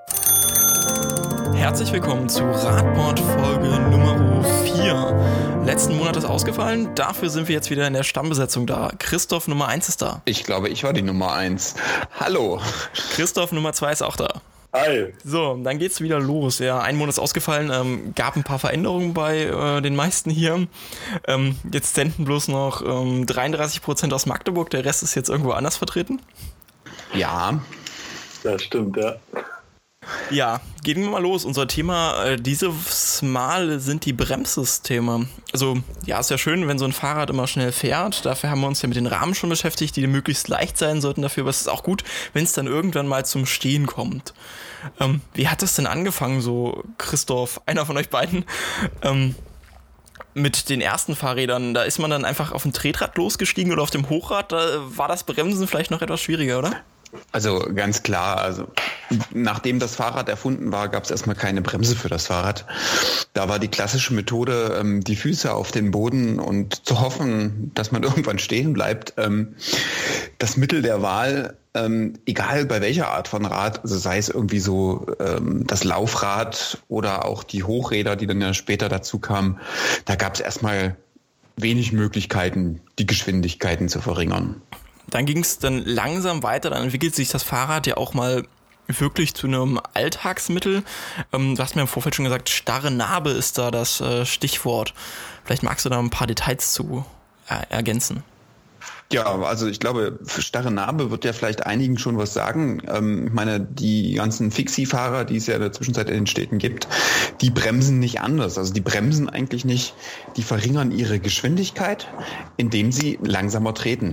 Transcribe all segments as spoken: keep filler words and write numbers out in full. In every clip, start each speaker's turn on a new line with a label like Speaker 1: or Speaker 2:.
Speaker 1: Herzlich willkommen zu Radport Folge Nummer vier. Letzten Monat ist ausgefallen, dafür sind wir jetzt wieder in der Stammbesetzung da. Christoph Nummer eins ist da.
Speaker 2: Ich glaube, ich war die Nummer eins. Hallo.
Speaker 1: Christoph Nummer zwei ist auch da.
Speaker 3: Hi.
Speaker 1: So, dann geht's wieder los. Ja, ein Monat ist ausgefallen, ähm, gab ein paar Veränderungen bei äh, den meisten hier. Ähm, jetzt senden bloß noch ähm, dreiunddreißig Prozent aus Magdeburg, der Rest ist jetzt irgendwo anders vertreten.
Speaker 2: Ja.
Speaker 3: Das stimmt, ja.
Speaker 1: Ja, gehen wir mal los. Unser Thema äh, dieses Mal sind die Bremssysteme. Also, ja, ist ja schön, wenn so ein Fahrrad immer schnell fährt. Dafür haben wir uns ja mit den Rahmen schon beschäftigt, die möglichst leicht sein sollten dafür. Aber es ist auch gut, wenn es dann irgendwann mal zum Stehen kommt. Ähm, wie hat das denn angefangen, so Christoph, einer von euch beiden, ähm, mit den ersten Fahrrädern? Da ist man dann einfach auf dem Tretrad losgestiegen oder auf dem Hochrad. Da war das Bremsen vielleicht noch etwas schwieriger, oder?
Speaker 2: Also ganz klar, also nachdem das Fahrrad erfunden war, gab es erstmal keine Bremse für das Fahrrad. Da war die klassische Methode, ähm, die Füße auf den Boden und zu hoffen, dass man irgendwann stehen bleibt, ähm, das Mittel der Wahl, ähm, egal bei welcher Art von Rad, also sei es irgendwie so ähm, das Laufrad oder auch die Hochräder, die dann ja später dazu kamen, da gab es erstmal wenig Möglichkeiten, die Geschwindigkeiten zu verringern.
Speaker 1: Dann ging es dann langsam weiter, dann entwickelt sich das Fahrrad ja auch mal wirklich zu einem Alltagsmittel. Ähm, du hast mir im Vorfeld schon gesagt, starre Narbe ist da das äh, Stichwort. Vielleicht magst du da ein paar Details zu äh, ergänzen.
Speaker 2: Ja, also ich glaube, für starre Narbe wird ja vielleicht einigen schon was sagen. Ähm, ich meine, die ganzen Fixie-Fahrer, die es ja in der Zwischenzeit in den Städten gibt, die bremsen nicht anders. Also die bremsen eigentlich nicht, die verringern ihre Geschwindigkeit, indem sie langsamer treten.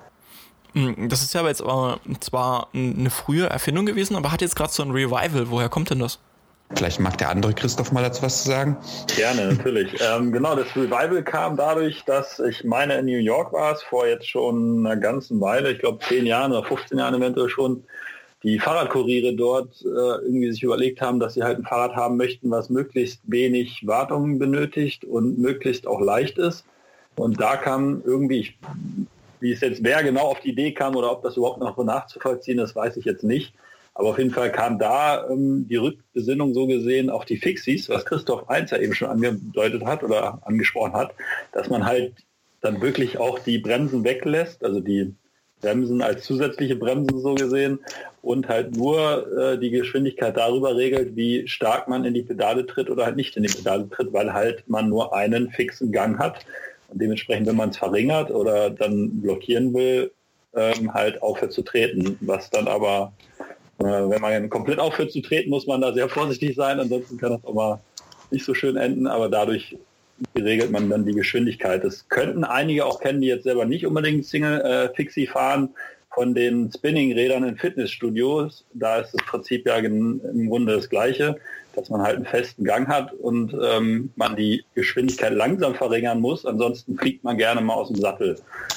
Speaker 1: Das ist ja aber jetzt aber zwar eine frühe Erfindung gewesen, aber hat jetzt gerade so ein Revival. Woher kommt denn das?
Speaker 2: Vielleicht mag der andere Christoph mal dazu was zu sagen.
Speaker 3: Gerne, natürlich. ähm, genau, das Revival kam dadurch, dass ich meine, in New York war es vor jetzt schon einer ganzen Weile, ich glaube zehn Jahren oder fünfzehn Jahren eventuell schon, die Fahrradkuriere dort äh, irgendwie sich überlegt haben, dass sie halt ein Fahrrad haben möchten, was möglichst wenig Wartung benötigt und möglichst auch leicht ist. Und da kam irgendwie, ich Wie es jetzt, wer genau auf die Idee kam oder ob das überhaupt noch nachzuvollziehen ist, weiß ich jetzt nicht. Aber auf jeden Fall kam da ähm, die Rückbesinnung so gesehen auf die Fixies, was Christoph eins ja eben schon angedeutet hat oder angesprochen hat, dass man halt dann wirklich auch die Bremsen weglässt, also die Bremsen als zusätzliche Bremsen so gesehen und halt nur äh, die Geschwindigkeit darüber regelt, wie stark man in die Pedale tritt oder halt nicht in die Pedale tritt, weil halt man nur einen fixen Gang hat. Und dementsprechend, wenn man es verringert oder dann blockieren will, ähm, halt aufhört zu treten. Was dann aber, äh, wenn man komplett aufhört zu treten, muss man da sehr vorsichtig sein. Ansonsten kann das auch mal nicht so schön enden. Aber dadurch regelt man dann die Geschwindigkeit. Das könnten einige auch kennen, die jetzt selber nicht unbedingt Single äh, Fixie fahren, von den Spinning-Rädern in Fitnessstudios. Da ist das Prinzip ja im Grunde das Gleiche, dass man halt einen festen Gang hat und ähm, man die Geschwindigkeit langsam verringern muss, ansonsten fliegt man gerne mal aus dem Sattel.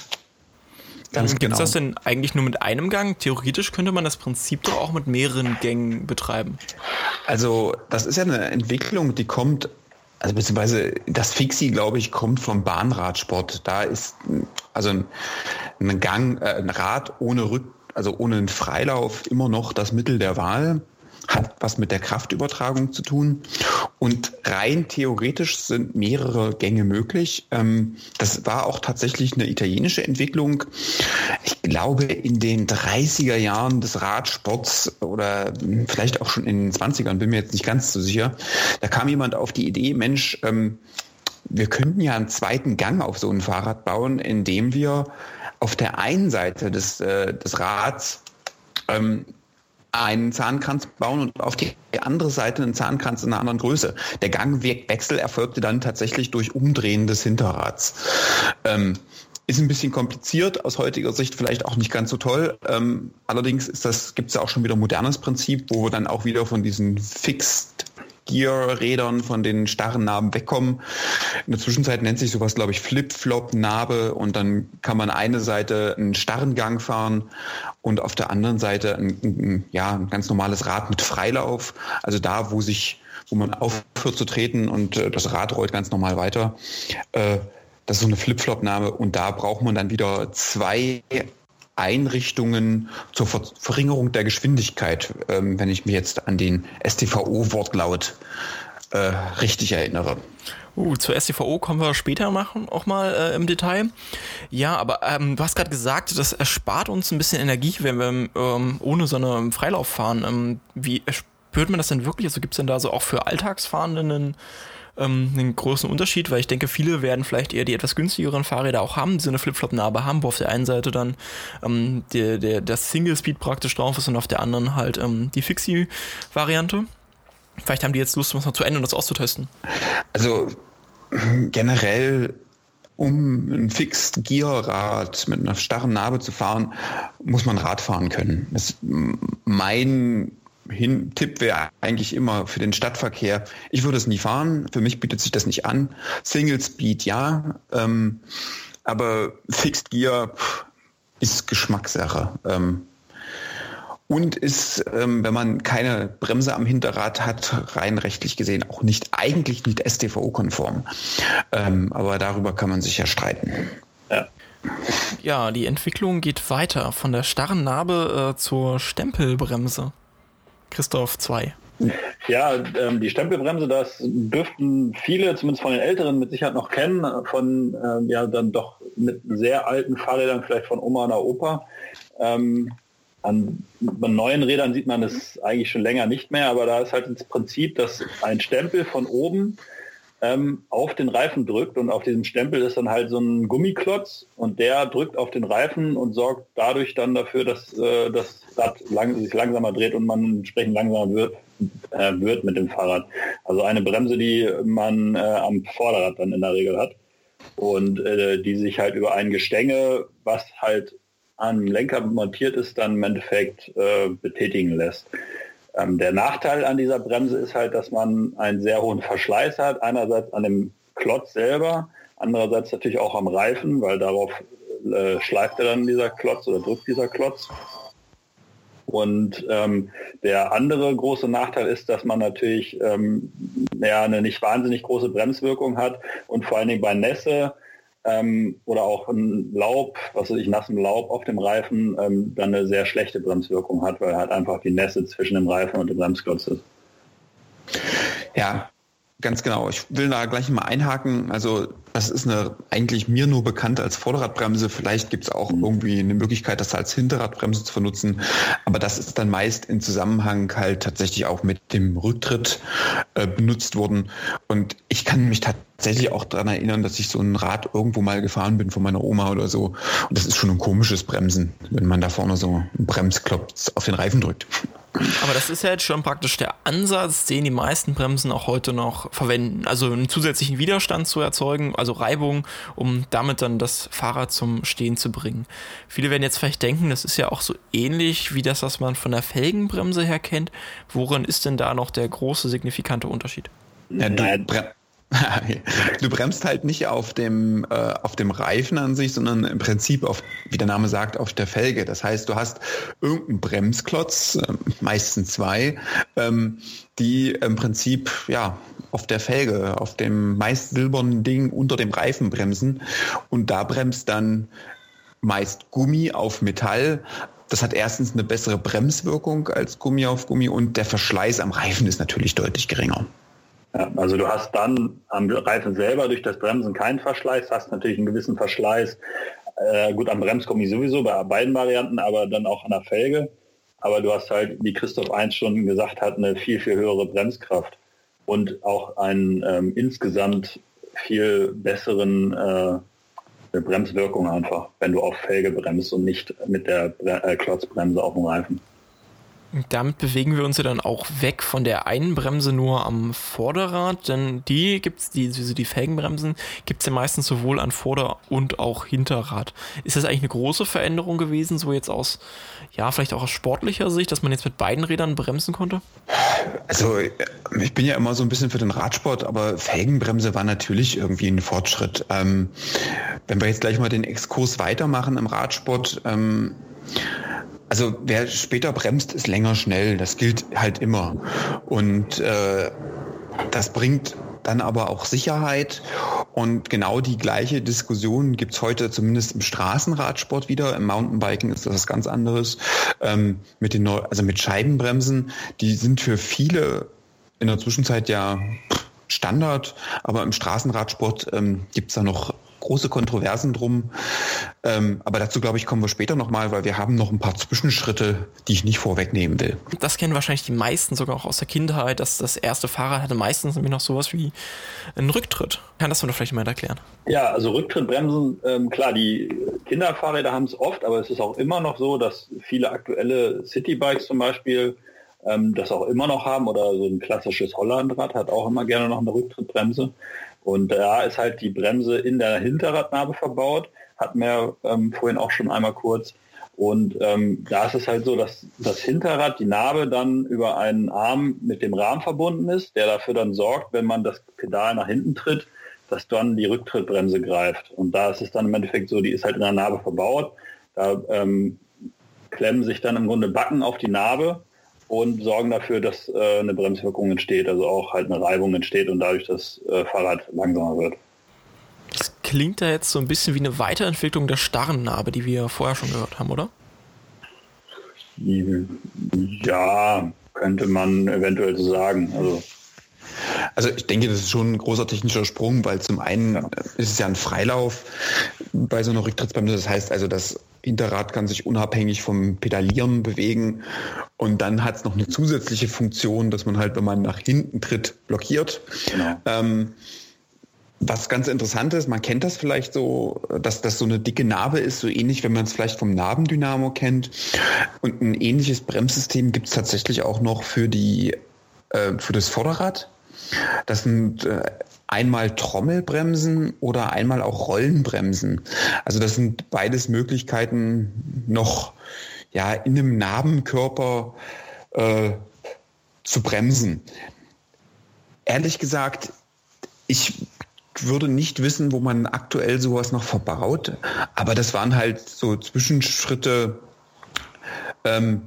Speaker 1: Ganz genau. Gibt es das denn eigentlich nur mit einem Gang? Theoretisch könnte man das Prinzip doch auch mit mehreren Gängen betreiben.
Speaker 2: Also das ist ja eine Entwicklung, die kommt, also beziehungsweise das Fixie, glaube ich, kommt vom Bahnradsport. Da ist also ein, ein Gang, äh, ein Rad ohne Rück, also ohne einen Freilauf immer noch das Mittel der Wahl. Hat was mit der Kraftübertragung zu tun. Und rein theoretisch sind mehrere Gänge möglich. Das war auch tatsächlich eine italienische Entwicklung. Ich glaube, in den dreißiger Jahren des Radsports oder vielleicht auch schon in den zwanzigern, bin mir jetzt nicht ganz so sicher. Da kam jemand auf die Idee, Mensch, wir könnten ja einen zweiten Gang auf so ein Fahrrad bauen, indem wir auf der einen Seite des, des Rads einen Zahnkranz bauen und auf die andere Seite einen Zahnkranz in einer anderen Größe. Der Gangwechsel erfolgte dann tatsächlich durch Umdrehen des Hinterrads. Ähm, ist ein bisschen kompliziert, aus heutiger Sicht vielleicht auch nicht ganz so toll. Ähm, allerdings ist das, gibt es ja auch schon wieder ein modernes Prinzip, wo wir dann auch wieder von diesen Fixed Gear-Rädern, von den starren Narben wegkommen. In der Zwischenzeit nennt sich sowas, glaube ich, Flip-Flop-Narbe und dann kann man eine Seite einen starren Gang fahren und auf der anderen Seite ein, ein, ja, ein ganz normales Rad mit Freilauf. Also da, wo sich, wo man aufhört zu treten und äh, das Rad rollt ganz normal weiter. Äh, das ist so eine Flip-Flop-Narbe und da braucht man dann wieder zwei Einrichtungen zur Ver- Verringerung der Geschwindigkeit, ähm, wenn ich mich jetzt an den S T V O-Wortlaut äh, richtig erinnere.
Speaker 1: Uh, zur S T V O kommen wir später machen, auch mal äh, im Detail. Ja, aber ähm, du hast gerade gesagt, das erspart uns ein bisschen Energie, wenn wir ähm, ohne so eine Freilauf fahren. Ähm, wie spürt man das denn wirklich? Also gibt es denn da so auch für Alltagsfahrenden einen, ähm, einen großen Unterschied? Weil ich denke, viele werden vielleicht eher die etwas günstigeren Fahrräder auch haben, die so eine Flip-Flop-Narbe haben, wo auf der einen Seite dann ähm, der, der, das Single-Speed praktisch drauf ist und auf der anderen halt ähm, die Fixie-Variante. Vielleicht haben die jetzt Lust, was mal zu Ende und das auszutesten.
Speaker 2: Also generell, um ein Fixed-Gear-Rad mit einer starren Narbe zu fahren, muss man Rad fahren können. Das, mein Hin- Tipp wäre eigentlich immer für den Stadtverkehr, ich würde es nie fahren, für mich bietet sich das nicht an. Single Speed ja, ähm, aber Fixed Gear pff, ist Geschmackssache. Ähm, und ist, ähm, wenn man keine Bremse am Hinterrad hat, rein rechtlich gesehen auch nicht, eigentlich nicht S T V O-konform. Ähm, aber darüber kann man sich ja streiten.
Speaker 3: Ja.
Speaker 1: Ja, die Entwicklung geht weiter von der starren Narbe äh, zur Stempelbremse. Christoph zwei.
Speaker 3: Ja, ähm, die Stempelbremse, das dürften viele, zumindest von den Älteren, mit Sicherheit noch kennen, von ähm, ja dann doch mit sehr alten Fahrrädern, vielleicht von Oma oder Opa. Ähm, an, bei neuen Rädern sieht man es eigentlich schon länger nicht mehr, aber da ist halt das Prinzip, dass ein Stempel von oben ähm, auf den Reifen drückt und auf diesem Stempel ist dann halt so ein Gummiklotz und der drückt auf den Reifen und sorgt dadurch dann dafür, dass äh, das Rad lang, sich langsamer dreht und man entsprechend langsamer wird, äh, wird mit dem Fahrrad. Also eine Bremse, die man äh, am Vorderrad dann in der Regel hat und äh, die sich halt über ein Gestänge, was halt am Lenker montiert ist, dann im Endeffekt äh, betätigen lässt. Ähm, der Nachteil an dieser Bremse ist halt, dass man einen sehr hohen Verschleiß hat. Einerseits an dem Klotz selber, andererseits natürlich auch am Reifen, weil darauf äh, schleift er dann dieser Klotz oder drückt dieser Klotz. Und ähm, der andere große Nachteil ist, dass man natürlich ähm, ja, eine nicht wahnsinnig große Bremswirkung hat und vor allen Dingen bei Nässe ähm, oder auch ein Laub, was weiß ich, nassem Laub auf dem Reifen, ähm, dann eine sehr schlechte Bremswirkung hat, weil halt einfach die Nässe zwischen dem Reifen und dem Bremsklotz ist.
Speaker 2: Ja, ganz genau. Ich will da gleich mal einhaken. Also das ist eine eigentlich mir nur bekannt als Vorderradbremse. Vielleicht gibt es auch mhm. irgendwie eine Möglichkeit, das als Hinterradbremse zu benutzen. Aber das ist dann meist in Zusammenhang halt tatsächlich auch mit dem Rücktritt äh, benutzt worden. Und ich kann mich tatsächlich auch daran erinnern, dass ich so ein Rad irgendwo mal gefahren bin von meiner Oma oder so. Und das ist schon ein komisches Bremsen, wenn man da vorne so einen Bremsklotz auf den Reifen drückt.
Speaker 1: Aber das ist ja jetzt schon praktisch der Ansatz, den die meisten Bremsen auch heute noch verwenden. Also einen zusätzlichen Widerstand zu erzeugen, also Reibung, um damit dann das Fahrrad zum Stehen zu bringen. Viele werden jetzt vielleicht denken, das ist ja auch so ähnlich wie das, was man von der Felgenbremse her kennt. Worin ist denn da noch der große, signifikante Unterschied?
Speaker 2: Ja, du, bre- du bremst halt nicht auf dem, äh, auf dem Reifen an sich, sondern im Prinzip auf, wie der Name sagt, auf der Felge. Das heißt, du hast irgendeinen Bremsklotz, äh, meistens zwei, ähm, die im Prinzip ja auf der Felge, auf dem meist silbernen Ding unter dem Reifen bremsen. Und da bremst dann meist Gummi auf Metall. Das hat erstens eine bessere Bremswirkung als Gummi auf Gummi und der Verschleiß am Reifen ist natürlich deutlich geringer.
Speaker 3: Ja, also du hast dann am Reifen selber durch das Bremsen keinen Verschleiß, hast natürlich einen gewissen Verschleiß, äh, gut am Bremsgummi sowieso, bei beiden Varianten, aber dann auch an der Felge. Aber du hast halt, wie Christoph eins schon gesagt hat, eine viel, viel höhere Bremskraft und auch einen ähm, insgesamt viel besseren äh, Bremswirkung einfach, wenn du auf Felge bremst und nicht mit der Bre- äh, Klotzbremse auf dem Reifen.
Speaker 1: Damit bewegen wir uns ja dann auch weg von der einen Bremse nur am Vorderrad, denn die gibt's, die, also die Felgenbremsen gibt es ja meistens sowohl an Vorder- und auch Hinterrad. Ist das eigentlich eine große Veränderung gewesen, so jetzt aus, ja, vielleicht auch aus sportlicher Sicht, dass man jetzt mit beiden Rädern bremsen konnte?
Speaker 2: Also ich bin ja immer so ein bisschen für den Radsport, aber Felgenbremse war natürlich irgendwie ein Fortschritt. Ähm, wenn wir jetzt gleich mal den Exkurs weitermachen im Radsport, ähm, also wer später bremst, ist länger schnell. Das gilt halt immer. Und äh, das bringt dann aber auch Sicherheit Und genau die gleiche Diskussion gibt's heute zumindest im Straßenradsport wieder. Im Mountainbiken ist das was ganz anderes. Ähm, mit den Neu- also mit Scheibenbremsen, die sind für viele in der Zwischenzeit ja Standard, aber im Straßenradsport ähm, gibt's da noch große Kontroversen drum. Ähm, aber dazu, glaube ich, kommen wir später nochmal, weil wir haben noch ein paar Zwischenschritte, die ich nicht vorwegnehmen will.
Speaker 1: Das kennen wahrscheinlich die meisten sogar auch aus der Kindheit, dass das erste Fahrrad hatte meistens nämlich noch sowas wie einen Rücktritt. Kann das doch vielleicht mal erklären?
Speaker 3: Ja, also Rücktrittbremsen, ähm, klar, die Kinderfahrräder haben es oft, aber es ist auch immer noch so, dass viele aktuelle Citybikes zum Beispiel ähm, das auch immer noch haben, oder so ein klassisches Hollandrad hat auch immer gerne noch eine Rücktrittbremse. Und da ist halt die Bremse in der Hinterradnabe verbaut, hatten wir ähm, vorhin auch schon einmal kurz. Und ähm, da ist es halt so, dass das Hinterrad, die Narbe, dann über einen Arm mit dem Rahmen verbunden ist, der dafür dann sorgt, wenn man das Pedal nach hinten tritt, dass dann die Rücktrittbremse greift. Und da ist es dann im Endeffekt so, die ist halt in der Narbe verbaut. Da ähm, klemmen sich dann im Grunde Backen auf die Narbe und sorgen dafür, dass äh, eine Bremswirkung entsteht, also auch halt eine Reibung entsteht und dadurch das äh, Fahrrad langsamer wird.
Speaker 1: Das klingt da jetzt so ein bisschen wie eine Weiterentwicklung der starren Narbe, die wir vorher schon gehört haben, oder?
Speaker 3: Ja, könnte man eventuell so sagen. Also,
Speaker 2: also ich denke, das ist schon ein großer technischer Sprung, weil zum einen ja. ist es ja ein Freilauf bei so einer Rücktrittsbremse. Das heißt also, das Hinterrad kann sich unabhängig vom Pedalieren bewegen und dann hat es noch eine zusätzliche Funktion, dass man halt, wenn man nach hinten tritt, blockiert. Genau. Ähm, was ganz interessant ist, man kennt das vielleicht so, dass das so eine dicke Narbe ist, so ähnlich, wenn man es vielleicht vom Narbendynamo kennt. Und ein ähnliches Bremssystem gibt es tatsächlich auch noch für die äh, für das Vorderrad. Das sind äh, einmal Trommelbremsen oder einmal auch Rollenbremsen. Also das sind beides Möglichkeiten, noch ja in einem Narbenkörper äh, zu bremsen. Ehrlich gesagt, ich würde nicht wissen, wo man aktuell sowas noch verbaut, aber das waren halt so Zwischenschritte, ähm,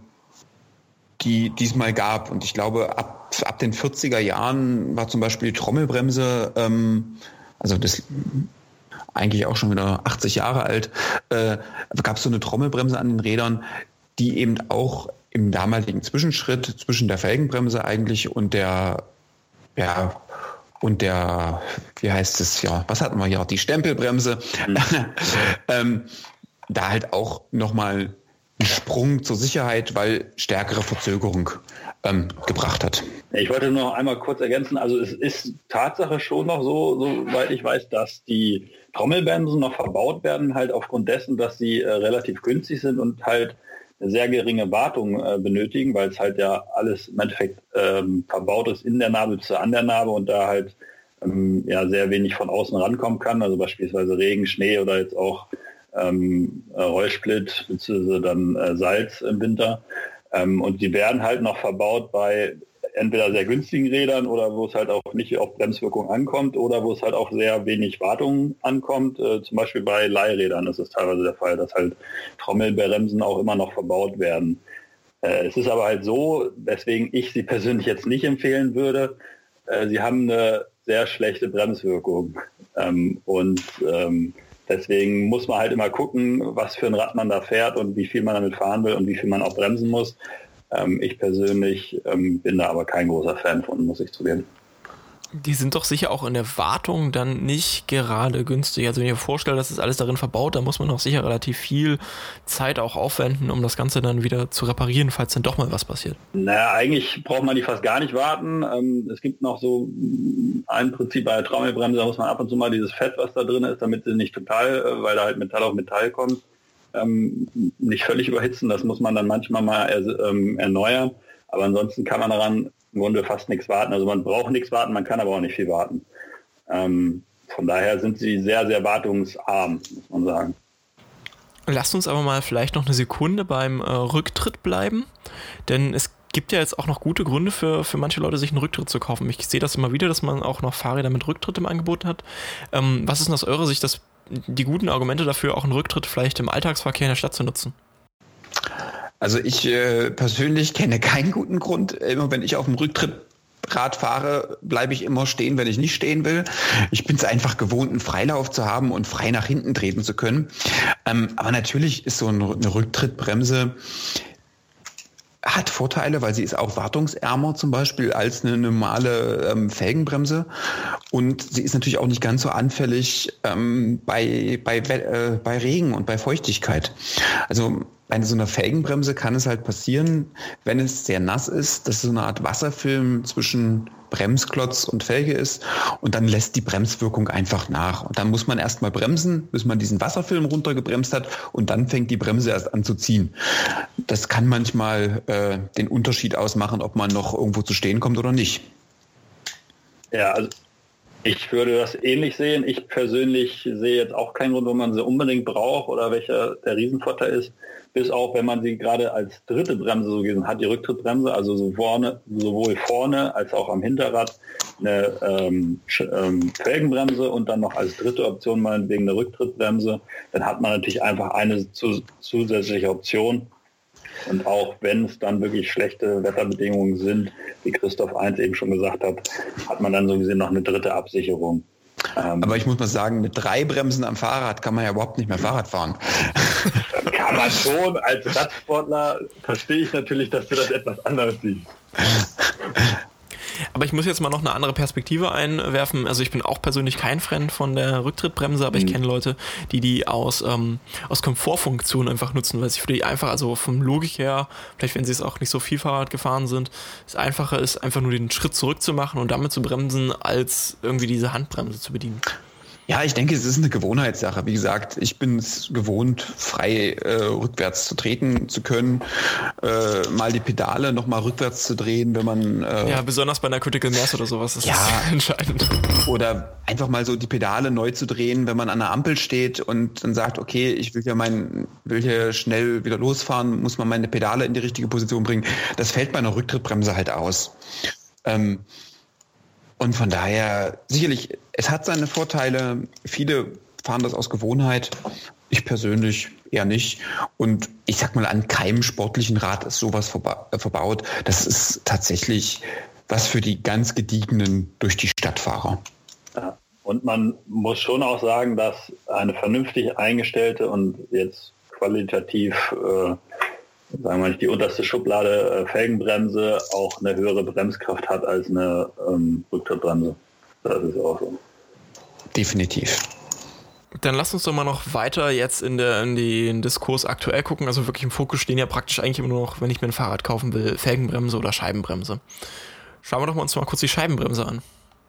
Speaker 2: die die es mal gab. Und ich glaube, ab, ab den vierziger Jahren war zum Beispiel die Trommelbremse, ähm, also das eigentlich auch schon wieder achtzig Jahre alt, äh, gab es so eine Trommelbremse an den Rädern, die eben auch im damaligen Zwischenschritt zwischen der Felgenbremse eigentlich und der, ja, und der, wie heißt es, ja, was hatten wir hier, die Stempelbremse, mhm. ähm, da halt auch nochmal einen Sprung zur Sicherheit, weil stärkere Verzögerung ähm, gebracht hat.
Speaker 3: Ich wollte nur noch einmal kurz ergänzen, also es ist Tatsache schon noch so, soweit ich weiß, dass die Trommelbremsen noch verbaut werden, halt aufgrund dessen, dass sie äh, relativ günstig sind und halt eine sehr geringe Wartung äh, benötigen, weil es halt ja alles im Endeffekt ähm, verbaut ist in der Narbe zu an der Narbe und da halt ähm, ja sehr wenig von außen rankommen kann, also beispielsweise Regen, Schnee oder jetzt auch ähm, Rollsplit bzw. dann äh, Salz im Winter. Ähm, und die werden halt noch verbaut bei entweder sehr günstigen Rädern oder wo es halt auch nicht auf Bremswirkung ankommt oder wo es halt auch sehr wenig Wartung ankommt. Äh, zum Beispiel bei Leihrädern ist es teilweise der Fall, dass halt Trommelbremsen auch immer noch verbaut werden. Äh, es ist aber halt so, weswegen ich sie persönlich jetzt nicht empfehlen würde, äh, sie haben eine sehr schlechte Bremswirkung. Ähm, und ähm, deswegen muss man halt immer gucken, was für ein Rad man da fährt und wie viel man damit fahren will und wie viel man auch bremsen muss. Ähm, ich persönlich ähm, bin da aber kein großer Fan von, muss ich zugeben.
Speaker 1: Die sind doch sicher auch in der Wartung dann nicht gerade günstig. Also wenn ich mir vorstelle, das ist alles darin verbaut, dann muss man doch sicher relativ viel Zeit auch aufwenden, um das Ganze dann wieder zu reparieren, falls dann doch mal was passiert.
Speaker 3: Naja, eigentlich braucht man die fast gar nicht warten. Ähm, es gibt noch so ein Prinzip bei der Trommelbremse, da muss man ab und zu mal dieses Fett, was da drin ist, damit sie nicht total, äh, weil da halt Metall auf Metall kommt, ähm, nicht völlig überhitzen. Das muss man dann manchmal mal er, ähm, erneuern. Aber ansonsten kann man daran im Grunde fast nichts warten. Also man braucht nichts warten, man kann aber auch nicht viel warten. Ähm, von daher sind sie sehr, sehr wartungsarm, muss man sagen.
Speaker 1: Lasst uns aber mal vielleicht noch eine Sekunde beim äh, Rücktritt bleiben, denn es gibt ja jetzt auch noch gute Gründe für, für manche Leute, sich einen Rücktritt zu kaufen. Ich sehe das immer wieder, dass man auch noch Fahrräder mit Rücktritt im Angebot hat. Ähm, was ist denn aus eurer Sicht das, die guten Argumente dafür, auch einen Rücktritt vielleicht im Alltagsverkehr in der Stadt zu nutzen?
Speaker 2: Also ich äh, persönlich kenne keinen guten Grund. Immer wenn ich auf dem Rücktritt Rad fahre, bleibe ich immer stehen, wenn ich nicht stehen will. Ich bin es einfach gewohnt, einen Freilauf zu haben und frei nach hinten treten zu können. Ähm, aber natürlich ist so eine Rücktrittbremse hat Vorteile, weil sie ist auch wartungsärmer zum Beispiel als eine normale ähm, Felgenbremse und sie ist natürlich auch nicht ganz so anfällig ähm, bei, bei, äh, bei Regen und bei Feuchtigkeit. Also bei so einer Felgenbremse kann es halt passieren, wenn es sehr nass ist, dass so eine Art Wasserfilm zwischen Bremsklotz und Felge ist und dann lässt die Bremswirkung einfach nach. Und dann muss man erstmal bremsen, bis man diesen Wasserfilm runtergebremst hat und dann fängt die Bremse erst an zu ziehen. Das kann manchmal äh, den Unterschied ausmachen, ob man noch irgendwo zu stehen kommt oder nicht.
Speaker 3: Ja, also ich würde das ähnlich sehen. Ich persönlich sehe jetzt auch keinen Grund, wo man sie unbedingt braucht oder welcher der Riesenvorteil ist. Bis auch, wenn man sie gerade als dritte Bremse so gesehen hat, die Rücktrittbremse, also so vorne, sowohl vorne als auch am Hinterrad eine ähm, ähm, Felgenbremse und dann noch als dritte Option meinetwegen eine Rücktrittbremse, dann hat man natürlich einfach eine zu, zusätzliche Option. Und auch wenn es dann wirklich schlechte Wetterbedingungen sind, wie Christoph eins eben schon gesagt hat, hat man dann so gesehen noch eine dritte Absicherung. Ähm,
Speaker 2: Aber ich muss mal sagen, mit drei Bremsen am Fahrrad kann man ja überhaupt nicht mehr Fahrrad fahren.
Speaker 3: Kann man schon. Als Radsportler verstehe ich natürlich, dass du das etwas anders siehst.
Speaker 1: Aber ich muss jetzt mal noch eine andere Perspektive einwerfen. Also ich bin auch persönlich kein Fan von der Rücktrittbremse, aber ich kenne Leute, die die aus, ähm, aus Komfortfunktion einfach nutzen, weil es für die einfach, also vom Logik her, vielleicht wenn sie es auch nicht so viel Fahrrad gefahren sind, es einfacher ist, einfach nur den Schritt zurück zu machen und damit zu bremsen, als irgendwie diese Handbremse zu bedienen.
Speaker 2: Ja, ich denke, es ist eine Gewohnheitssache. Wie gesagt, ich bin es gewohnt, frei äh, rückwärts zu treten zu können, äh, mal die Pedale nochmal rückwärts zu drehen, wenn man... Äh,
Speaker 1: ja, besonders bei einer Critical Mass oder sowas ist
Speaker 2: ja,
Speaker 1: das entscheidend.
Speaker 2: Oder einfach mal so die Pedale neu zu drehen, wenn man an der Ampel steht und dann sagt, okay, ich will hier, mein, will hier schnell wieder losfahren, muss man meine Pedale in die richtige Position bringen. Das fällt bei einer Rücktrittbremse halt aus. Ähm, Und von daher, sicherlich, es hat seine Vorteile. Viele fahren das aus Gewohnheit. Ich persönlich eher nicht. Und ich sag mal, an keinem sportlichen Rad ist sowas verba- äh, verbaut. Das ist tatsächlich was für die ganz Gediegenen durch die Stadtfahrer.
Speaker 3: Ja. Und man muss schon auch sagen, dass eine vernünftig eingestellte und jetzt qualitativ äh, sagen wir nicht, die unterste Schublade äh, Felgenbremse auch eine höhere Bremskraft hat als eine ähm, Rücktrittbremse. Das ist auch so.
Speaker 2: Definitiv.
Speaker 1: Dann lass uns doch mal noch weiter jetzt in, der, in den Diskurs aktuell gucken. Also wirklich im Fokus stehen ja praktisch eigentlich immer nur noch, wenn ich mir ein Fahrrad kaufen will, Felgenbremse oder Scheibenbremse. Schauen wir doch mal uns mal kurz die Scheibenbremse an.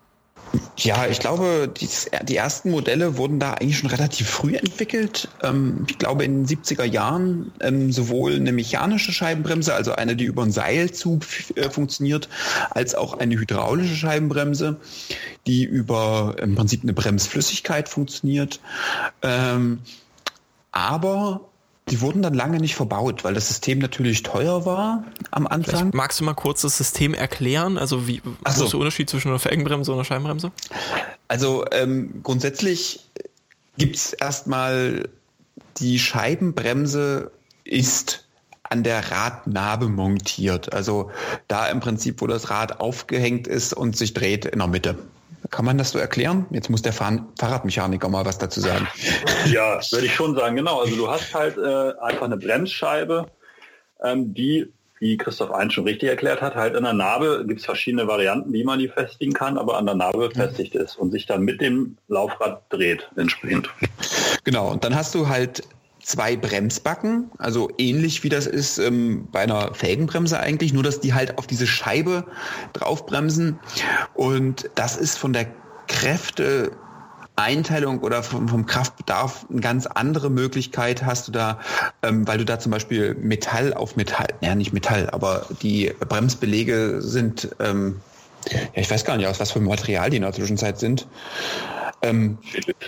Speaker 2: Ja, ich glaube, die, die ersten Modelle wurden da eigentlich schon relativ früh entwickelt. Ähm, ich glaube in den siebziger Jahren ähm, sowohl eine mechanische Scheibenbremse, also eine, die über einen Seilzug äh, funktioniert, als auch eine hydraulische Scheibenbremse, die über im Prinzip eine Bremsflüssigkeit funktioniert. Ähm, aber die wurden dann lange nicht verbaut, weil das System natürlich teuer war am Anfang.
Speaker 1: Vielleicht magst du mal kurz das System erklären? Also wie
Speaker 2: Ach so.
Speaker 1: Wo ist der Unterschied zwischen einer Felgenbremse und einer Scheibenbremse?
Speaker 2: Also ähm, grundsätzlich gibt's erstmal, die Scheibenbremse ist an der Radnabe montiert. Also da im Prinzip, wo das Rad aufgehängt ist und sich dreht in der Mitte. Kann man das so erklären? Jetzt muss der Fahr- Fahrradmechaniker mal was dazu sagen.
Speaker 3: Ja, würde ich schon sagen, genau. Also du hast halt äh, einfach eine Bremsscheibe, ähm, die, wie Christoph eins schon richtig erklärt hat, halt in der Narbe gibt es verschiedene Varianten, wie man die festigen kann, aber an der Narbe befestigt ist und sich dann mit dem Laufrad dreht entsprechend.
Speaker 2: Genau, und dann hast du halt zwei Bremsbacken, also ähnlich wie das ist ähm, bei einer Felgenbremse eigentlich, nur dass die halt auf diese Scheibe draufbremsen und das ist von der Kräfteeinteilung oder vom, vom Kraftbedarf eine ganz andere Möglichkeit hast du da, ähm, weil du da zum Beispiel Metall auf Metall, ja nicht Metall, aber die Bremsbeläge sind, ähm, ja ich weiß gar nicht aus was für Material die in der Zwischenzeit sind. Ähm,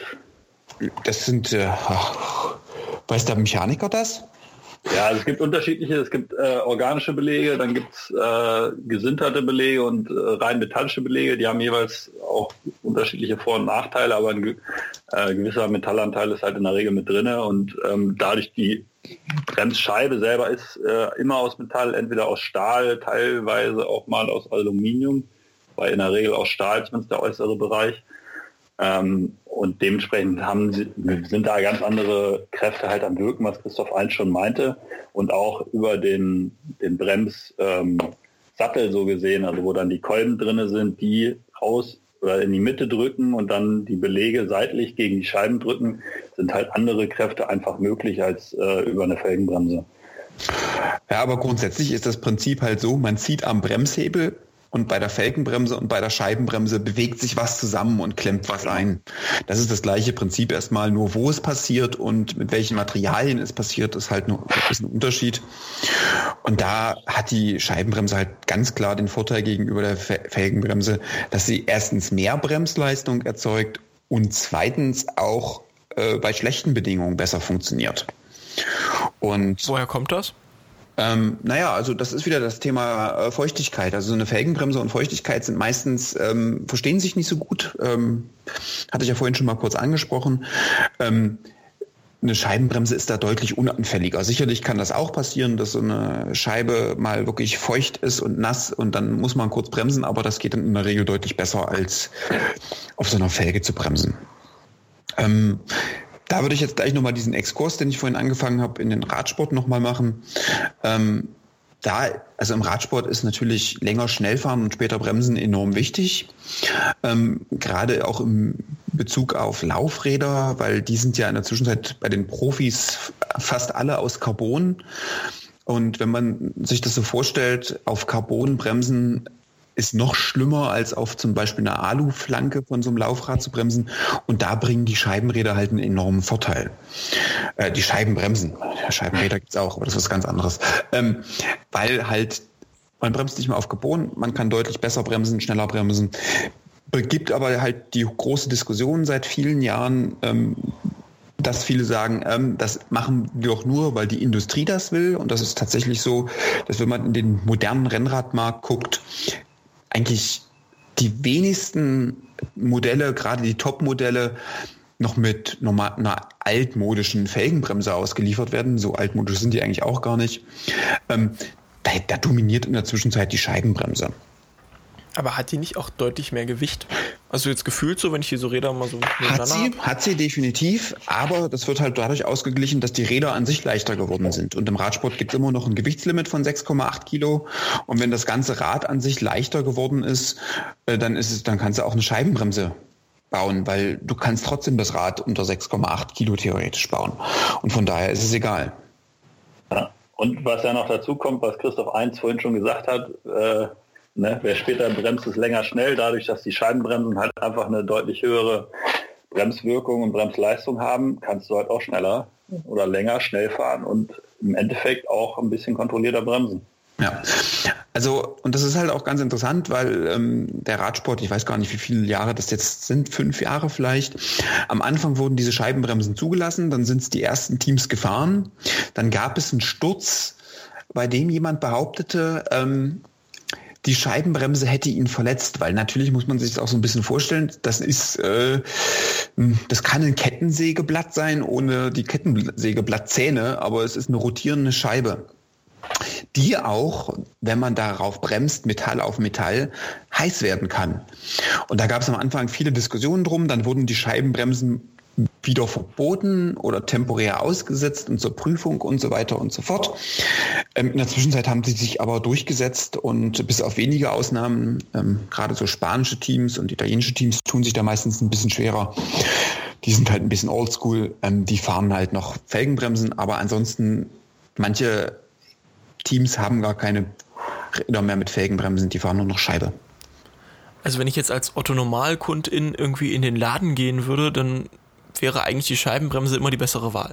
Speaker 2: das sind, äh, ach, weiß der Mechaniker das?
Speaker 3: Ja, also es gibt unterschiedliche, es gibt äh, organische Belege, dann gibt es äh, gesinterte Belege und äh, rein metallische Belege, die haben jeweils auch unterschiedliche Vor- und Nachteile, aber ein äh, gewisser Metallanteil ist halt in der Regel mit drinne und ähm, dadurch die Bremsscheibe selber ist äh, immer aus Metall, entweder aus Stahl, teilweise auch mal aus Aluminium, bei in der Regel aus Stahl, zumindest der äußere Bereich. Ähm, und dementsprechend haben sie, sind da ganz andere Kräfte halt am Wirken, was Christoph Eins schon meinte. Und auch über den, den Bremssattel ähm, so gesehen, also wo dann die Kolben drin sind, die raus oder in die Mitte drücken und dann die Belege seitlich gegen die Scheiben drücken, sind halt andere Kräfte einfach möglich als äh, über eine Felgenbremse.
Speaker 2: Ja, aber grundsätzlich ist das Prinzip halt so, man zieht am Bremshebel und bei der Felgenbremse und bei der Scheibenbremse bewegt sich was zusammen und klemmt was ein. Das ist das gleiche Prinzip erstmal, nur wo es passiert und mit welchen Materialien es passiert, ist halt nur ist ein Unterschied. Und da hat die Scheibenbremse halt ganz klar den Vorteil gegenüber der Felgenbremse, dass sie erstens mehr Bremsleistung erzeugt und zweitens auch äh, bei schlechten Bedingungen besser funktioniert. Und
Speaker 1: woher kommt das?
Speaker 2: Ähm, naja, also das ist wieder das Thema äh, Feuchtigkeit. Also so eine Felgenbremse und Feuchtigkeit sind meistens, ähm, verstehen sich nicht so gut. Ähm, hatte ich ja vorhin schon mal kurz angesprochen. Ähm, eine Scheibenbremse ist da deutlich unanfälliger. Sicherlich kann das auch passieren, dass so eine Scheibe mal wirklich feucht ist und nass und dann muss man kurz bremsen, aber das geht dann in der Regel deutlich besser, als auf so einer Felge zu bremsen. Ähm, Da würde ich jetzt gleich nochmal diesen Exkurs, den ich vorhin angefangen habe, in den Radsport nochmal machen. Ähm, da, also im Radsport ist natürlich länger Schnellfahren und später Bremsen enorm wichtig. Ähm, gerade auch im Bezug auf Laufräder, weil die sind ja in der Zwischenzeit bei den Profis fast alle aus Carbon. Und wenn man sich das so vorstellt, auf Carbonbremsen ist noch schlimmer, als auf zum Beispiel einer Aluflanke von so einem Laufrad zu bremsen. Und da bringen die Scheibenräder halt einen enormen Vorteil. Äh, die Scheibenbremsen. Ja, Scheibenräder gibt's auch, aber das ist was ganz anderes. Ähm, weil halt, man bremst nicht mehr auf Carbon, man kann deutlich besser bremsen, schneller bremsen. Gibt aber halt die große Diskussion seit vielen Jahren, ähm, dass viele sagen, ähm, das machen wir doch nur, weil die Industrie das will. Und das ist tatsächlich so, dass wenn man in den modernen Rennradmarkt guckt, eigentlich die wenigsten Modelle, gerade die Top-Modelle, noch mit normal, einer altmodischen Felgenbremse ausgeliefert werden. So altmodisch sind die eigentlich auch gar nicht. Ähm, da, da dominiert in der Zwischenzeit die Scheibenbremse.
Speaker 1: Aber hat die nicht auch deutlich mehr Gewicht? Also jetzt gefühlt so, wenn ich hier so Räder mal so...
Speaker 2: Hat sie, hat sie definitiv, aber das wird halt dadurch ausgeglichen, dass die Räder an sich leichter geworden sind. Und im Radsport gibt es immer noch ein Gewichtslimit von sechs Komma acht Kilo. Und wenn das ganze Rad an sich leichter geworden ist, dann ist es, dann kannst du auch eine Scheibenbremse bauen, weil du kannst trotzdem das Rad unter sechs Komma acht Kilo theoretisch bauen. Und von daher ist es egal.
Speaker 3: Ja. Und was ja noch dazu kommt, was Christoph Eins vorhin schon gesagt hat, äh, Ne, wer später bremst, ist länger schnell, dadurch, dass die Scheibenbremsen halt einfach eine deutlich höhere Bremswirkung und Bremsleistung haben, kannst du halt auch schneller oder länger schnell fahren und im Endeffekt auch ein bisschen kontrollierter bremsen.
Speaker 2: Ja, also und das ist halt auch ganz interessant, weil ähm, der Radsport, ich weiß gar nicht, wie viele Jahre das jetzt sind, fünf Jahre vielleicht. Am Anfang wurden diese Scheibenbremsen zugelassen, dann sind es die ersten Teams gefahren, dann gab es einen Sturz, bei dem jemand behauptete, ähm, die Scheibenbremse hätte ihn verletzt, weil natürlich muss man sich das auch so ein bisschen vorstellen, das ist, äh, das kann ein Kettensägeblatt sein ohne die Kettensägeblattzähne, aber es ist eine rotierende Scheibe, die auch, wenn man darauf bremst, Metall auf Metall, heiß werden kann. Und da gab es am Anfang viele Diskussionen drum, dann wurden die Scheibenbremsen wieder verboten oder temporär ausgesetzt und zur Prüfung und so weiter und so fort. Ähm, in der Zwischenzeit haben sie sich aber durchgesetzt und bis auf wenige Ausnahmen, ähm, gerade so spanische Teams und italienische Teams tun sich da meistens ein bisschen schwerer. Die sind halt ein bisschen oldschool, ähm, die fahren halt noch Felgenbremsen, aber ansonsten manche Teams haben gar keine Räder mehr mit Felgenbremsen, die fahren nur noch Scheibe.
Speaker 1: Also wenn ich jetzt als Otto-Normalkundin irgendwie in den Laden gehen würde, dann wäre eigentlich die Scheibenbremse immer die bessere Wahl.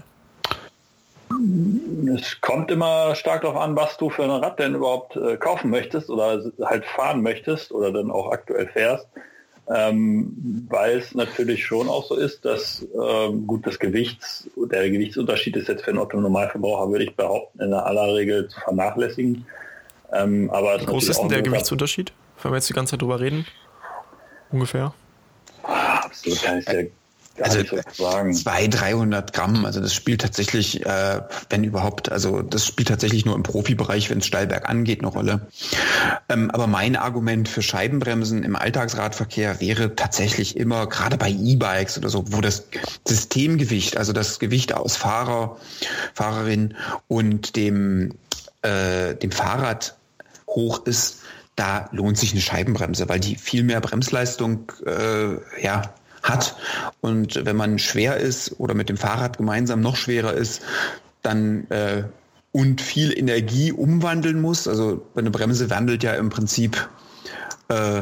Speaker 3: Es kommt immer stark darauf an, was du für ein Rad denn überhaupt äh, kaufen möchtest oder halt fahren möchtest oder dann auch aktuell fährst. Ähm, weil es natürlich schon auch so ist, dass ähm, gut das Gewichts, der Gewichtsunterschied ist jetzt für einen Otto-Normalverbraucher, würde ich behaupten, in aller Regel zu vernachlässigen. Ähm, aber
Speaker 1: Wie groß ist denn der Gewichtsunterschied, wenn wir jetzt die ganze Zeit drüber reden? Ungefähr?
Speaker 3: Absolut kann ich dir gar
Speaker 2: also
Speaker 3: nicht so zu sagen.
Speaker 2: zweihundert, dreihundert Gramm, also das spielt tatsächlich, äh, wenn überhaupt, also das spielt tatsächlich nur im Profibereich, wenn es steil bergan geht, eine Rolle. Ähm, aber mein Argument für Scheibenbremsen im Alltagsradverkehr wäre tatsächlich immer, gerade bei E-Bikes oder so, wo das Systemgewicht, also das Gewicht aus Fahrer, Fahrerin und dem, äh, dem Fahrrad hoch ist, da lohnt sich eine Scheibenbremse, weil die viel mehr Bremsleistung äh, ja, hat. Und wenn man schwer ist oder mit dem Fahrrad gemeinsam noch schwerer ist, dann äh, und viel Energie umwandeln muss, also eine Bremse wandelt ja im Prinzip äh,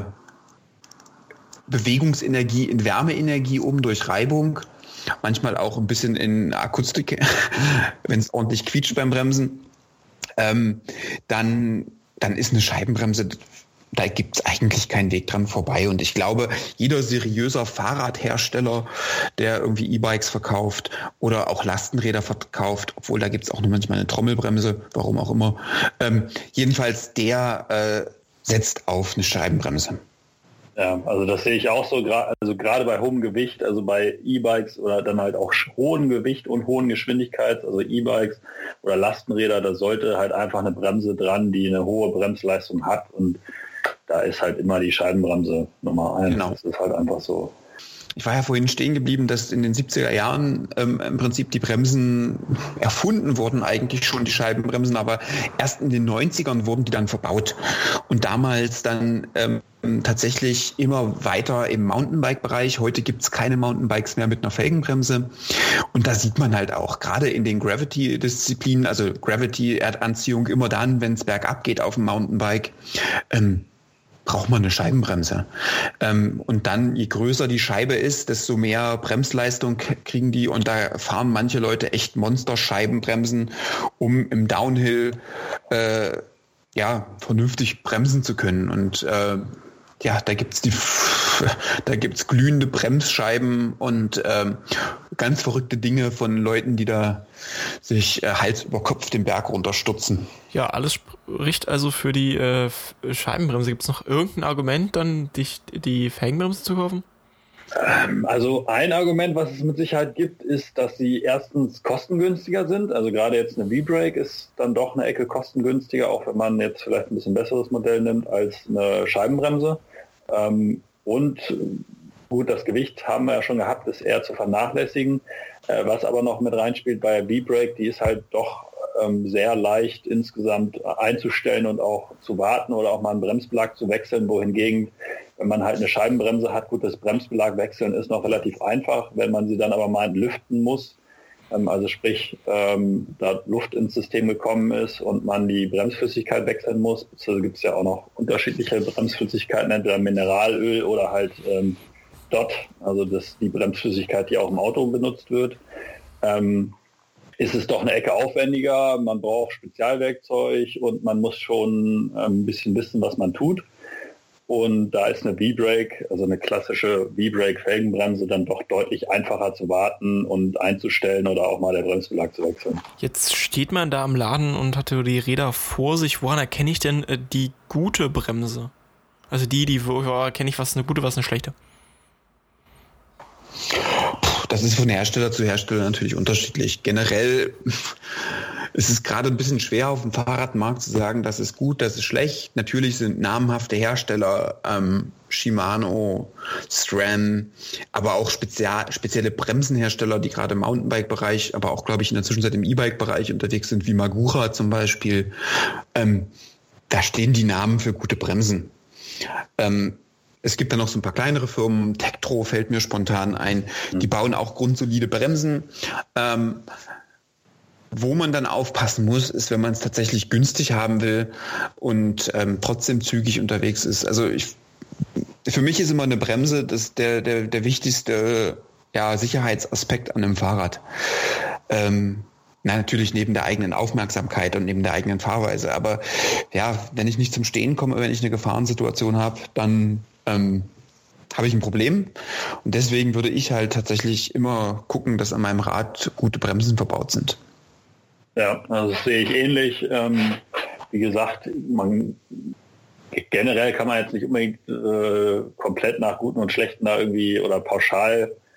Speaker 2: Bewegungsenergie in Wärmeenergie um durch Reibung, manchmal auch ein bisschen in Akustik, wenn es ordentlich quietscht beim Bremsen, ähm, dann dann ist eine Scheibenbremse, da gibt es eigentlich keinen Weg dran vorbei. Und ich glaube, jeder seriöser Fahrradhersteller, der irgendwie E-Bikes verkauft oder auch Lastenräder verkauft, obwohl da gibt es auch noch manchmal eine Trommelbremse, warum auch immer, ähm, jedenfalls der äh, setzt auf eine Scheibenbremse.
Speaker 3: Ja, also das sehe ich auch so, also gerade bei hohem Gewicht, also bei E-Bikes oder dann halt auch hohem Gewicht und hohen Geschwindigkeit, also E-Bikes oder Lastenräder, da sollte halt einfach eine Bremse dran, die eine hohe Bremsleistung hat, und da ist halt immer die Scheibenbremse Nummer eins.
Speaker 2: Genau.
Speaker 3: Das ist halt einfach so.
Speaker 2: Ich war ja vorhin stehen geblieben, dass in den siebziger Jahren ähm, im Prinzip die Bremsen erfunden wurden, eigentlich schon die Scheibenbremsen, aber erst in den neunzigern wurden die dann verbaut und damals dann ähm, tatsächlich immer weiter im Mountainbike-Bereich. Heute gibt es keine Mountainbikes mehr mit einer Felgenbremse, und da sieht man halt auch, gerade in den Gravity-Disziplinen, also Gravity-Erdanziehung immer dann, wenn es bergab geht auf dem Mountainbike, ähm, braucht man eine Scheibenbremse. Ähm, und dann, je größer die Scheibe ist, desto mehr Bremsleistung kriegen die, und da fahren manche Leute echt Monster-Scheibenbremsen, um im Downhill äh, ja vernünftig bremsen zu können. Und äh, ja, da gibt's die, da gibt's glühende Bremsscheiben und ähm, ganz verrückte Dinge von Leuten, die da sich äh, Hals über Kopf den Berg runterstürzen.
Speaker 1: Ja, alles spricht also für die äh, Scheibenbremse. Gibt es noch irgendein Argument, dann die, die Felgenbremse zu kaufen?
Speaker 3: Also ein Argument, was es mit Sicherheit gibt, ist, dass sie erstens kostengünstiger sind. Also gerade jetzt eine V-Brake ist dann doch eine Ecke kostengünstiger, auch wenn man jetzt vielleicht ein bisschen besseres Modell nimmt als eine Scheibenbremse. Und gut, das Gewicht haben wir ja schon gehabt, ist eher zu vernachlässigen. Was aber noch mit reinspielt bei der V-Brake, die ist halt doch sehr leicht insgesamt einzustellen und auch zu warten oder auch mal einen Bremsbelag zu wechseln, wohingegen, wenn man halt eine Scheibenbremse hat, gut, das Bremsbelag wechseln ist noch relativ einfach, wenn man sie dann aber mal lüften muss, also sprich, da Luft ins System gekommen ist und man die Bremsflüssigkeit wechseln muss, beziehungsweise gibt es ja auch noch unterschiedliche Bremsflüssigkeiten, entweder Mineralöl oder halt ähm, D O T, also das, die Bremsflüssigkeit, die auch im Auto benutzt wird. Ähm, ist es doch eine Ecke aufwendiger, man braucht Spezialwerkzeug und man muss schon ein bisschen wissen, was man tut. Und da ist eine V-Brake, also eine klassische V-Brake-Felgenbremse, dann doch deutlich einfacher zu warten und einzustellen oder auch mal der Bremsbelag zu wechseln.
Speaker 1: Jetzt steht man da im Laden und hatte die Räder vor sich. Woran erkenne ich denn äh, die gute Bremse? Also die, die, wo erkenne ich, was ist eine gute, was ist eine schlechte?
Speaker 2: Das ist von Hersteller zu Hersteller natürlich unterschiedlich. Generell ist es gerade ein bisschen schwer auf dem Fahrradmarkt zu sagen, das ist gut, das ist schlecht. Natürlich sind namhafte Hersteller, ähm, Shimano, SRAM, aber auch spezial, spezielle Bremsenhersteller, die gerade im Mountainbike-Bereich, aber auch, glaube ich, in der Zwischenzeit im E-Bike-Bereich unterwegs sind, wie Magura zum Beispiel. Ähm, da stehen die Namen für gute Bremsen. Ähm, Es gibt dann noch so ein paar kleinere Firmen, Tektro fällt mir spontan ein, die bauen auch grundsolide Bremsen. Ähm, wo man dann aufpassen muss, ist, wenn man es tatsächlich günstig haben will und ähm, trotzdem zügig unterwegs ist. Also ich, für mich ist immer eine Bremse das der, der, der wichtigste ja, Sicherheitsaspekt an einem Fahrrad. Ähm, Na, natürlich neben der eigenen Aufmerksamkeit und neben der eigenen Fahrweise. Aber ja, wenn ich nicht zum Stehen komme, wenn ich eine Gefahrensituation habe, dann ähm, habe ich ein Problem. Und deswegen würde ich halt tatsächlich immer gucken, dass an meinem Rad gute Bremsen verbaut sind.
Speaker 3: Ja, also das sehe ich ähnlich. Ähm, wie gesagt, man generell kann man jetzt nicht unbedingt äh, komplett nach guten und schlechten da irgendwie oder pauschal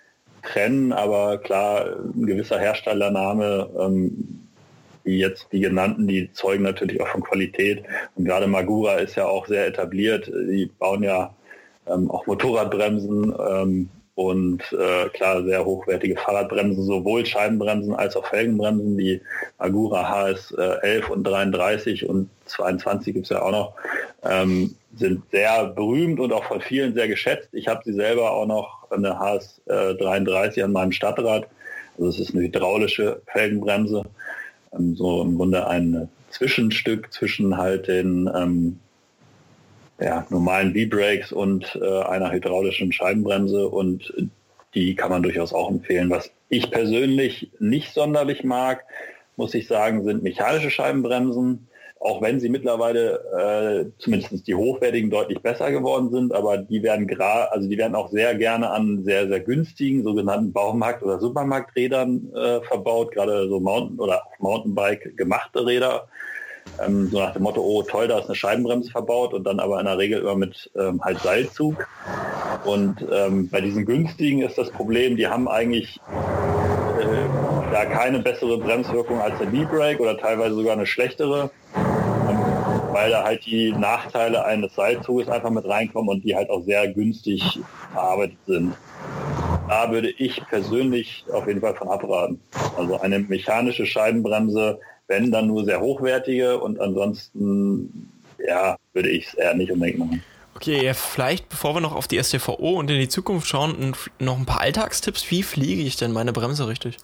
Speaker 3: trennen, aber klar, ein gewisser Herstellername, ähm, die jetzt die genannten, die zeugen natürlich auch von Qualität. Und gerade Magura ist ja auch sehr etabliert. Die bauen ja ähm, auch Motorradbremsen ähm, und äh, klar, sehr hochwertige Fahrradbremsen, sowohl Scheibenbremsen als auch Felgenbremsen. Die Magura H S elf und dreiunddreißig und zweiundzwanzig gibt es ja auch noch, ähm, sind sehr berühmt und auch von vielen sehr geschätzt. Ich habe sie selber auch noch, eine H S dreiunddreißig an meinem Stadtrad. Also es ist eine hydraulische Felgenbremse. Ähm, so im Grunde ein Zwischenstück zwischen halt den ähm, ja, normalen V-Brakes und äh, einer hydraulischen Scheibenbremse, und die kann man durchaus auch empfehlen. Was ich persönlich nicht sonderlich mag, muss ich sagen, sind mechanische Scheibenbremsen, auch wenn sie mittlerweile äh, zumindest die hochwertigen deutlich besser geworden sind, aber die werden gerade, also die werden auch sehr gerne an sehr, sehr günstigen sogenannten Baumarkt- oder Supermarkträdern äh, verbaut, gerade so Mountain- oder Mountainbike gemachte Räder. Ähm, so nach dem Motto, oh toll, da ist eine Scheibenbremse verbaut, und dann aber in der Regel immer mit ähm, halt Seilzug. Und ähm, bei diesen günstigen ist das Problem, die haben eigentlich äh, da keine bessere Bremswirkung als der V-Brake oder teilweise sogar eine schlechtere, ähm, weil da halt die Nachteile eines Seilzuges einfach mit reinkommen und die halt auch sehr günstig verarbeitet sind. Da würde ich persönlich auf jeden Fall von abraten. Also eine mechanische Scheibenbremse, wenn dann nur sehr hochwertige, und ansonsten, ja, würde ich es eher nicht unbedingt machen.
Speaker 1: Okay, ja, vielleicht, bevor wir noch auf die S T V O und in die Zukunft schauen, noch ein paar Alltagstipps. Wie fliege ich denn meine Bremse richtig?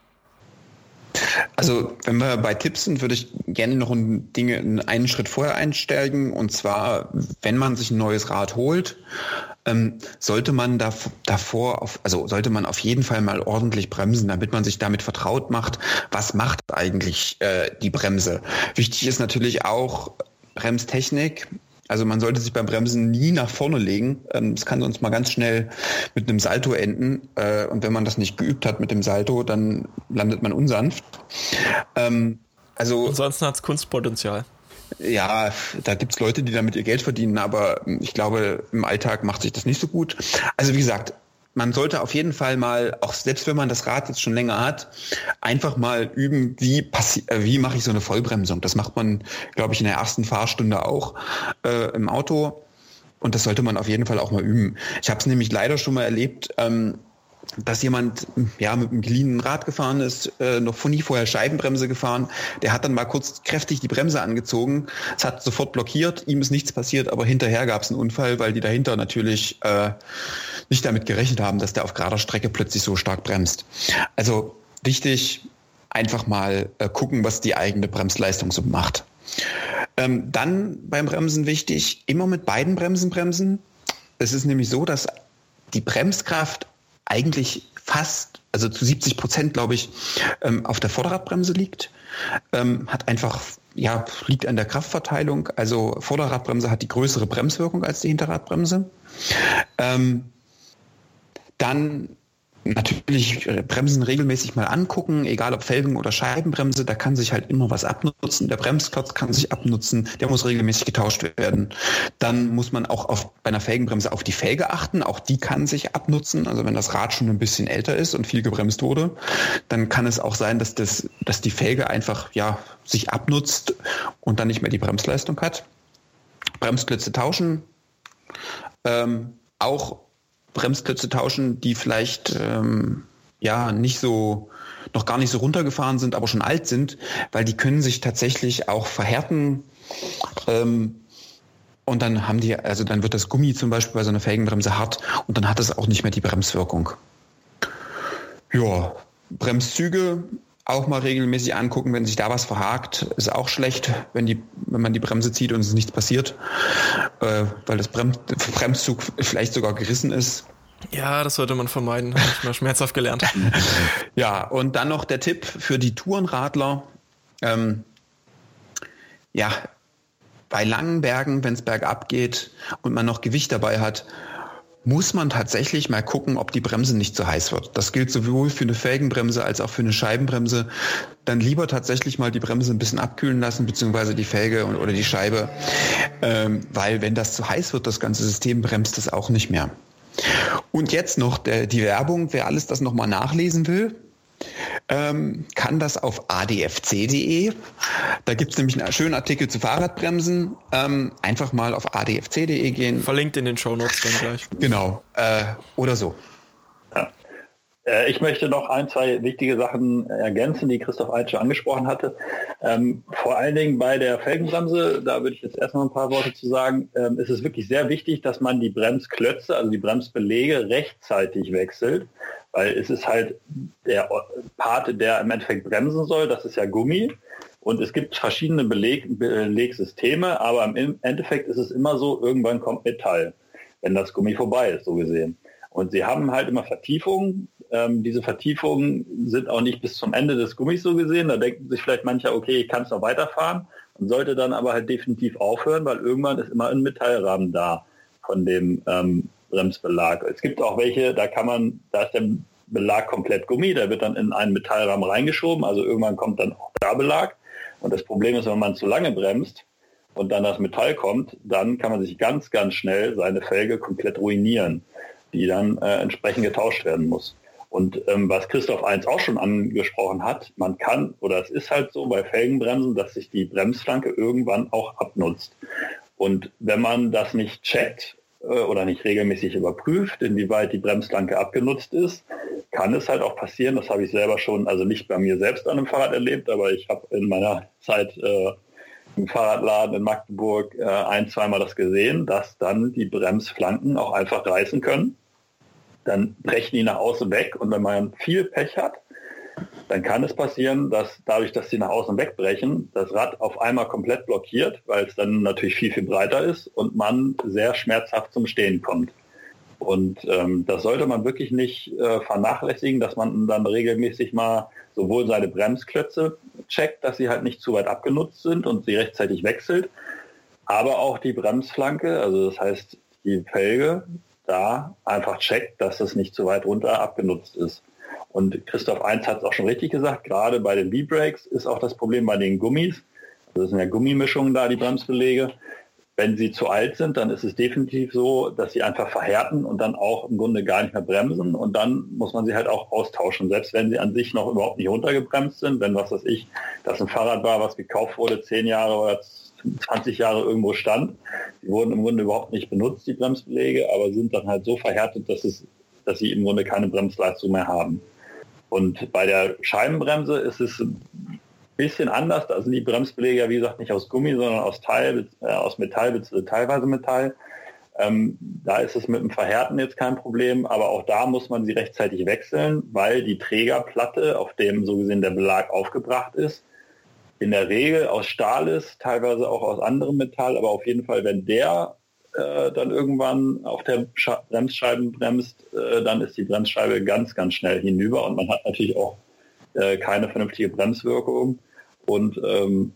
Speaker 2: Also, wenn wir bei Tipps sind, würde ich gerne noch ein Dinge einen Schritt vorher einsteigen. Und zwar, wenn man sich ein neues Rad holt, ähm, sollte man da, davor, auf, also sollte man auf jeden Fall mal ordentlich bremsen, damit man sich damit vertraut macht, was macht eigentlich äh, die Bremse. Wichtig ist natürlich auch Bremstechnik. Also man sollte sich beim Bremsen nie nach vorne legen. Es kann sonst mal ganz schnell mit einem Salto enden. Und wenn man das nicht geübt hat mit dem Salto, dann landet man unsanft. Also
Speaker 1: ansonsten hat es Kunstpotenzial.
Speaker 2: Ja, da gibt's Leute, die damit ihr Geld verdienen, aber ich glaube, im Alltag macht sich das nicht so gut. Also wie gesagt, man sollte auf jeden Fall mal, auch selbst wenn man das Rad jetzt schon länger hat, einfach mal üben, wie passi- äh, wie mache ich so eine Vollbremsung. Das macht man, glaube ich, in der ersten Fahrstunde auch äh, im Auto. Und das sollte man auf jeden Fall auch mal üben. Ich habe es nämlich leider schon mal erlebt, ähm, dass jemand ja mit einem geliehenen Rad gefahren ist, äh, noch von nie vorher Scheibenbremse gefahren. Der hat dann mal kurz kräftig die Bremse angezogen. Es hat sofort blockiert, ihm ist nichts passiert, aber hinterher gab es einen Unfall, weil die dahinter natürlich äh, nicht damit gerechnet haben, dass der auf gerader Strecke plötzlich so stark bremst. Also wichtig, einfach mal äh, gucken, was die eigene Bremsleistung so macht. Ähm, dann beim Bremsen wichtig, immer mit beiden Bremsen bremsen. Es ist nämlich so, dass die Bremskraft eigentlich fast, also zu siebzig Prozent, glaube ich, ähm, auf der Vorderradbremse liegt. Ähm, hat einfach, ja, liegt an der Kraftverteilung. Also Vorderradbremse hat die größere Bremswirkung als die Hinterradbremse. Ähm, dann natürlich Bremsen regelmäßig mal angucken, egal ob Felgen- oder Scheibenbremse, da kann sich halt immer was abnutzen. Der Bremsklotz kann sich abnutzen, der muss regelmäßig getauscht werden. Dann muss man auch auf, bei einer Felgenbremse auf die Felge achten, auch die kann sich abnutzen. Also wenn das Rad schon ein bisschen älter ist und viel gebremst wurde, dann kann es auch sein, dass, das, dass die Felge einfach ja, sich abnutzt und dann nicht mehr die Bremsleistung hat. Bremsklötze tauschen, ähm, auch Bremsklötze tauschen, die vielleicht ähm, ja nicht so, noch gar nicht so runtergefahren sind, aber schon alt sind, weil die können sich tatsächlich auch verhärten. Ähm, und dann haben die, also dann wird das Gummi zum Beispiel bei so einer Felgenbremse hart und dann hat es auch nicht mehr die Bremswirkung. Ja, Bremszüge auch mal regelmäßig angucken, wenn sich da was verhakt, ist auch schlecht, wenn die, wenn man die Bremse zieht und es ist nichts passiert, äh, weil das Brem- Bremszug vielleicht sogar gerissen ist.
Speaker 1: Ja, das sollte man vermeiden, habe ich mal schmerzhaft gelernt.
Speaker 2: Ja, und dann noch der Tipp für die Tourenradler. Ähm, ja, bei langen Bergen, wenn es bergab geht und man noch Gewicht dabei hat, muss man tatsächlich mal gucken, ob die Bremse nicht zu heiß wird. Das gilt sowohl für eine Felgenbremse als auch für eine Scheibenbremse. Dann lieber tatsächlich mal die Bremse ein bisschen abkühlen lassen, beziehungsweise die Felge oder die Scheibe. Ähm, weil wenn das zu heiß wird, das ganze System, bremst es auch nicht mehr. Und jetzt noch der, die Werbung, wer alles das nochmal nachlesen will, ähm, kann das auf a d f c punkt d e. Da gibt es nämlich einen schönen Artikel zu Fahrradbremsen. Ähm, einfach mal auf a d f c punkt d e gehen.
Speaker 1: Verlinkt in den Shownotes dann gleich.
Speaker 2: Genau, äh, oder so.
Speaker 3: Ja. Äh, ich möchte noch ein, zwei wichtige Sachen ergänzen, die Christoph Eid schon angesprochen hatte. Ähm, vor allen Dingen bei der Felgenbremse, da würde ich jetzt erstmal ein paar Worte zu sagen, ähm, ist es wirklich sehr wichtig, dass man die Bremsklötze, also die Bremsbeläge rechtzeitig wechselt, weil es ist halt der Part, der im Endeffekt bremsen soll, das ist ja Gummi. Und es gibt verschiedene Beleg, Belegsysteme, aber im Endeffekt ist es immer so, irgendwann kommt Metall, wenn das Gummi vorbei ist, so gesehen. Und sie haben halt immer Vertiefungen. Ähm, diese Vertiefungen sind auch nicht bis zum Ende des Gummis so gesehen. Da denken sich vielleicht mancher, okay, ich kann es noch weiterfahren und sollte dann aber halt definitiv aufhören, weil irgendwann ist immer ein Metallrahmen da von dem ähm, Bremsbelag. Es gibt auch welche, da kann man, da ist der Belag komplett Gummi, der wird dann in einen Metallrahmen reingeschoben, also irgendwann kommt dann auch da Belag. Und das Problem ist, wenn man zu lange bremst und dann das Metall kommt, dann kann man sich ganz, ganz schnell seine Felge komplett ruinieren, die dann äh, entsprechend getauscht werden muss. Und ähm, was Christoph eins auch schon angesprochen hat, man kann, oder es ist halt so bei Felgenbremsen, dass sich die Bremsflanke irgendwann auch abnutzt. Und wenn man das nicht checkt äh, oder nicht regelmäßig überprüft, inwieweit die Bremsflanke abgenutzt ist, kann es halt auch passieren, das habe ich selber schon, also nicht bei mir selbst an einem Fahrrad erlebt, aber ich habe in meiner Zeit äh, im Fahrradladen in Magdeburg äh, ein-, zweimal das gesehen, dass dann die Bremsflanken auch einfach reißen können. Dann brechen die nach außen weg und wenn man viel Pech hat, dann kann es passieren, dass dadurch, dass sie nach außen wegbrechen, das Rad auf einmal komplett blockiert, weil es dann natürlich viel, viel breiter ist und man sehr schmerzhaft zum Stehen kommt. Und ähm, das sollte man wirklich nicht äh, vernachlässigen, dass man dann regelmäßig mal sowohl seine Bremsklötze checkt, dass sie halt nicht zu weit abgenutzt sind und sie rechtzeitig wechselt, aber auch die Bremsflanke, also das heißt die Felge, da einfach checkt, dass es nicht zu weit runter abgenutzt ist. Und Christoph eins hat es auch schon richtig gesagt, gerade bei den V-Brakes ist auch das Problem bei den Gummis, also das sind ja Gummimischungen da, die Bremsbeläge. Wenn sie zu alt sind, dann ist es definitiv so, dass sie einfach verhärten und dann auch im Grunde gar nicht mehr bremsen und dann muss man sie halt auch austauschen, selbst wenn sie an sich noch überhaupt nicht runtergebremst sind, wenn, was weiß ich, das ein Fahrrad war, was gekauft wurde, zehn Jahre oder zwanzig Jahre irgendwo stand. Die wurden im Grunde überhaupt nicht benutzt, die Bremsbeläge, aber sind dann halt so verhärtet, dass es, dass sie im Grunde keine Bremsleistung mehr haben. Und bei der Scheibenbremse ist es ein bisschen anders. Da sind die Bremsbeläge ja, wie gesagt, nicht aus Gummi, sondern aus, Teil, äh, aus Metall, beziehungsweise teilweise Metall. Ähm, da ist es mit dem Verhärten jetzt kein Problem, aber auch da muss man sie rechtzeitig wechseln, weil die Trägerplatte, auf dem so gesehen der Belag aufgebracht ist, in der Regel aus Stahl ist, teilweise auch aus anderem Metall, aber auf jeden Fall, wenn der äh, dann irgendwann auf der Scha- Bremsscheiben bremst, äh, dann ist die Bremsscheibe ganz, ganz schnell hinüber und man hat natürlich auch äh, keine vernünftige Bremswirkung und ähm,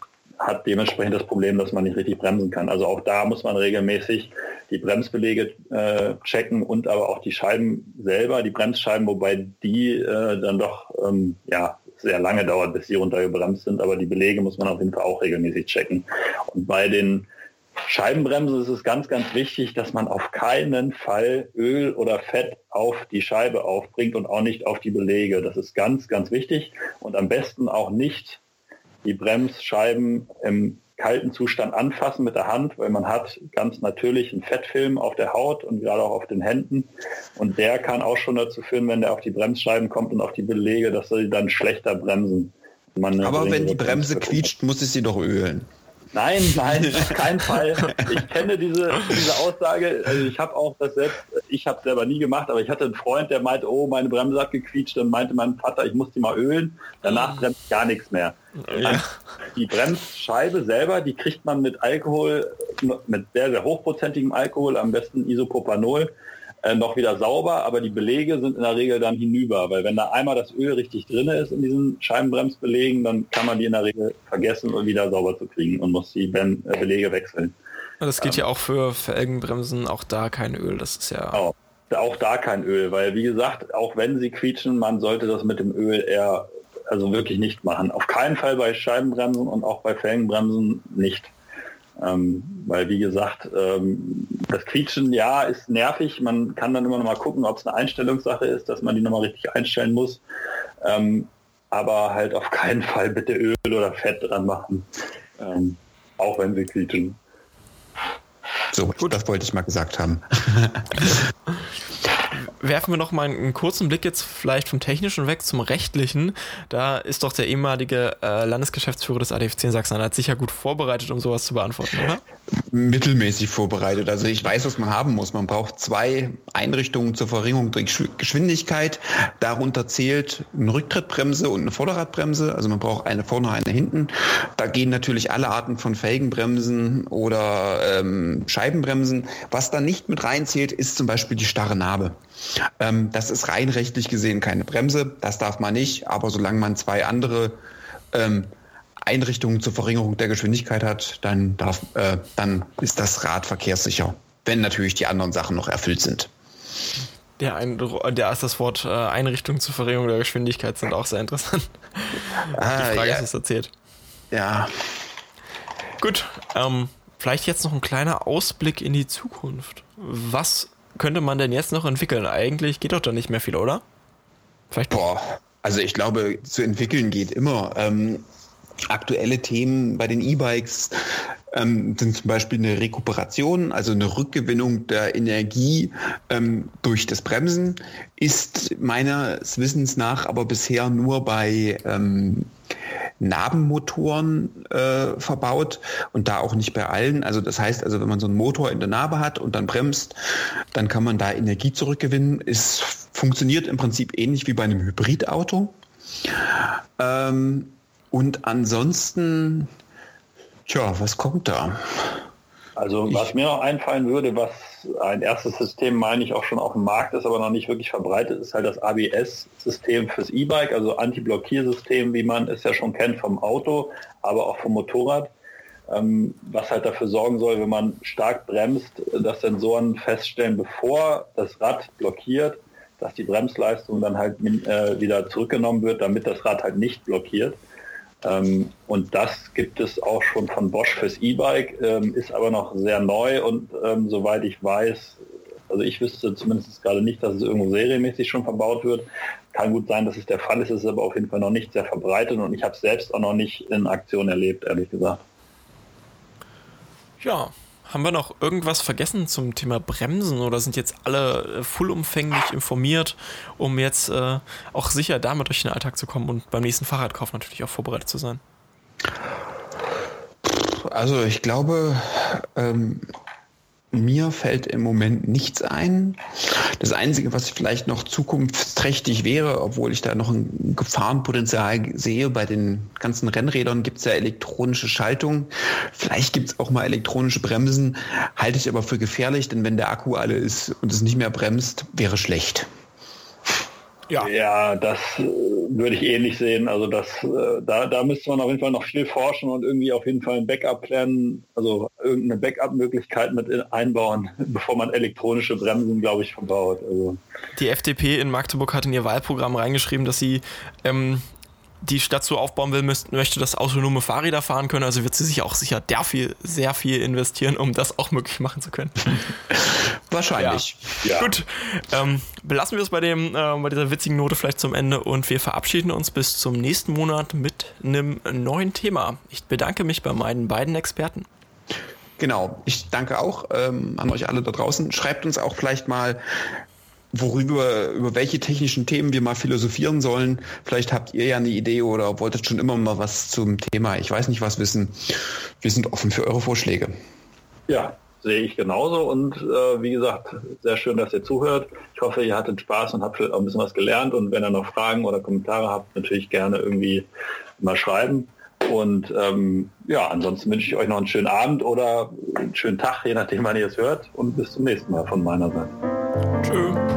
Speaker 3: hat dementsprechend das Problem, dass man nicht richtig bremsen kann. Also auch da muss man regelmäßig die Bremsbeläge äh, checken und aber auch die Scheiben selber, die Bremsscheiben, wobei die äh, dann doch ähm, ja sehr lange dauert, bis sie runtergebremst sind, aber die Beläge muss man auf jeden Fall auch regelmäßig checken. Und bei den Scheibenbremsen ist es ganz, ganz wichtig, dass man auf keinen Fall Öl oder Fett auf die Scheibe aufbringt und auch nicht auf die Beläge. Das ist ganz, ganz wichtig und am besten auch nicht die Bremsscheiben im kalten Zustand anfassen mit der Hand, weil man hat ganz natürlich einen Fettfilm auf der Haut und gerade auch auf den Händen und der kann auch schon dazu führen, wenn der auf die Bremsscheiben kommt und auf die Beläge, dass sie dann schlechter bremsen. Man
Speaker 2: Aber wenn die Bremse quietscht, muss ich sie doch ölen.
Speaker 3: Nein, nein, auf keinen Fall. Ich kenne diese, diese Aussage, also ich habe auch das selbst, ich habe es selber nie gemacht, aber ich hatte einen Freund, der meinte, oh, meine Bremse hat gequietscht, dann meinte mein Vater, ich muss die mal ölen, danach bremst gar nichts mehr. Ja. Die Bremsscheibe selber, die kriegt man mit Alkohol, mit sehr, sehr hochprozentigem Alkohol, am besten Isopropanol, äh, noch wieder sauber, aber die Belege sind in der Regel dann hinüber, weil wenn da einmal das Öl richtig drin ist in diesen Scheibenbremsbelegen, dann kann man die in der Regel vergessen und wieder sauber zu kriegen und muss die ben- äh, Belege wechseln.
Speaker 1: Das geht ähm, ja auch für Felgenbremsen, auch da kein Öl, das ist ja...
Speaker 3: Auch, auch da kein Öl, weil wie gesagt, auch wenn sie quietschen, man sollte das mit dem Öl eher, also wirklich nicht machen. Auf keinen Fall bei Scheibenbremsen und auch bei Felgenbremsen nicht. Ähm, weil wie gesagt, ähm, das Quietschen, ja, ist nervig. Man kann dann immer noch mal gucken, ob es eine Einstellungssache ist, dass man die nochmal richtig einstellen muss. Ähm, aber halt auf keinen Fall bitte Öl oder Fett dran machen, ähm, auch wenn sie quietschen.
Speaker 2: So, gut. Das wollte ich mal gesagt haben.
Speaker 1: Werfen wir noch mal einen kurzen Blick jetzt vielleicht vom Technischen weg zum Rechtlichen. Da ist doch der ehemalige äh, Landesgeschäftsführer des A D F C in Sachsen-Anhalt sicher gut vorbereitet, um sowas zu beantworten, oder?
Speaker 2: Mittelmäßig vorbereitet. Also ich weiß, was man haben muss. Man braucht zwei Einrichtungen zur Verringerung der Geschwindigkeit. Darunter zählt eine Rücktrittbremse und eine Vorderradbremse. Also man braucht eine vorne, eine hinten. Da gehen natürlich alle Arten von Felgenbremsen oder ähm, Scheibenbremsen. Was da nicht mit reinzählt, ist zum Beispiel die starre Narbe. Ähm, das ist rein rechtlich gesehen keine Bremse. Das darf man nicht. Aber solange man zwei andere ähm, Einrichtungen zur Verringerung der Geschwindigkeit hat, dann darf, äh, dann ist das Rad verkehrssicher, wenn natürlich die anderen Sachen noch erfüllt sind.
Speaker 1: Der, ein, der ist das Wort äh, Einrichtung zur Verringerung der Geschwindigkeit sind auch sehr interessant. Ah, die Frage
Speaker 2: ja.
Speaker 1: ist, was erzählt.
Speaker 2: Ja.
Speaker 1: Gut, ähm, vielleicht jetzt noch ein kleiner Ausblick in die Zukunft. Was könnte man denn jetzt noch entwickeln? Eigentlich geht doch da nicht mehr viel, oder? Vielleicht.
Speaker 2: Boah, also ich glaube, zu entwickeln geht immer. Ähm, Aktuelle Themen bei den E-Bikes ähm, sind zum Beispiel eine Rekuperation, also eine Rückgewinnung der Energie ähm, durch das Bremsen, ist meines Wissens nach aber bisher nur bei ähm, Nabenmotoren äh, verbaut und da auch nicht bei allen. Also das heißt, also wenn man so einen Motor in der Narbe hat und dann bremst, dann kann man da Energie zurückgewinnen. Es funktioniert im Prinzip ähnlich wie bei einem Hybridauto. Ähm, Und ansonsten, tja, was kommt da?
Speaker 3: Also was ich, mir noch einfallen würde, was ein erstes System, meine ich, auch schon auf dem Markt ist, aber noch nicht wirklich verbreitet, ist halt das A B S-System fürs E-Bike, also Anti-Blockiersystem, wie man es ja schon kennt vom Auto, aber auch vom Motorrad, ähm, was halt dafür sorgen soll, wenn man stark bremst, dass Sensoren feststellen, bevor das Rad blockiert, dass die Bremsleistung dann halt äh, wieder zurückgenommen wird, damit das Rad halt nicht blockiert. Ähm, und das gibt es auch schon von Bosch fürs E-Bike, ähm, ist aber noch sehr neu und ähm, soweit ich weiß, also ich wüsste zumindest gerade nicht, dass es irgendwo serienmäßig schon verbaut wird. Kann gut sein, dass es der Fall ist, es ist aber auf jeden Fall noch nicht sehr verbreitet und ich habe es selbst auch noch nicht in Aktion erlebt, ehrlich gesagt.
Speaker 1: Ja, haben wir noch irgendwas vergessen zum Thema Bremsen oder sind jetzt alle vollumfänglich informiert, um jetzt äh, auch sicher damit durch den Alltag zu kommen und beim nächsten Fahrradkauf natürlich auch vorbereitet zu sein?
Speaker 2: Also ich glaube, ähm, mir fällt im Moment nichts ein. Das Einzige, was vielleicht noch zukunftsträchtig wäre, obwohl ich da noch ein Gefahrenpotenzial sehe, bei den ganzen Rennrädern gibt es ja elektronische Schaltung. Vielleicht gibt es auch mal elektronische Bremsen, halte ich aber für gefährlich, denn wenn der Akku alle ist und es nicht mehr bremst, wäre schlecht.
Speaker 3: Ja, ja, das äh, würde ich ähnlich sehen. Also das, äh, da, da müsste man auf jeden Fall noch viel forschen und irgendwie auf jeden Fall ein Backup planen, also irgendeine Backup-Möglichkeit mit einbauen, bevor man elektronische Bremsen, glaube ich, verbaut. Also.
Speaker 1: Die F D P in Magdeburg hat in ihr Wahlprogramm reingeschrieben, dass sie ähm, die Stadt so aufbauen will, müsst, möchte, dass autonome Fahrräder fahren können. Also wird sie sich auch sicher sehr viel, sehr viel investieren, um das auch möglich machen zu können.
Speaker 2: Wahrscheinlich.
Speaker 1: Ja. Ja. Gut, ähm, belassen wir es bei, dem, äh, bei dieser witzigen Note vielleicht zum Ende und wir verabschieden uns bis zum nächsten Monat mit einem neuen Thema. Ich bedanke mich bei meinen beiden Experten.
Speaker 2: Genau, ich danke auch ähm, an euch alle da draußen. Schreibt uns auch vielleicht mal, worüber, über welche technischen Themen wir mal philosophieren sollen. Vielleicht habt ihr ja eine Idee oder wolltet schon immer mal was zum Thema, ich weiß nicht was wissen. Wir sind offen für eure Vorschläge.
Speaker 3: Ja, sehe ich genauso und äh, wie gesagt, sehr schön, dass ihr zuhört. Ich hoffe, ihr hattet Spaß und habt ein bisschen was gelernt und wenn ihr noch Fragen oder Kommentare habt, natürlich gerne irgendwie mal schreiben. Und ähm, ja, ansonsten wünsche ich euch noch einen schönen Abend oder einen schönen Tag, je nachdem, wann ihr es hört und bis zum nächsten Mal von meiner Seite.
Speaker 1: Tschö.